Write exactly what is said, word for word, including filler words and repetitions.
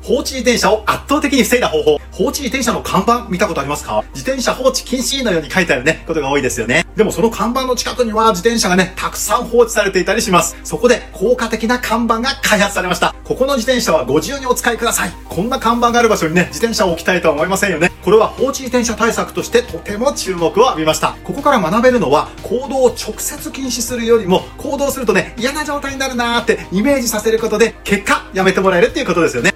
放置自転車を圧倒的に防いだ方法。放置自転車の看板見たことありますか？自転車放置禁止のように書いてあるね、ことが多いですよね。でもその看板の近くには自転車がね、たくさん放置されていたりします。そこで効果的な看板が開発されました。ここの自転車はご自由にお使いください。こんな看板がある場所にね、自転車を置きたいとは思いませんよね。これは放置自転車対策としてとても注目を浴びました。ここから学べるのは、行動を直接禁止するよりも、行動するとね、嫌な状態になるなーってイメージさせることで、結果やめてもらえるっていうことですよね。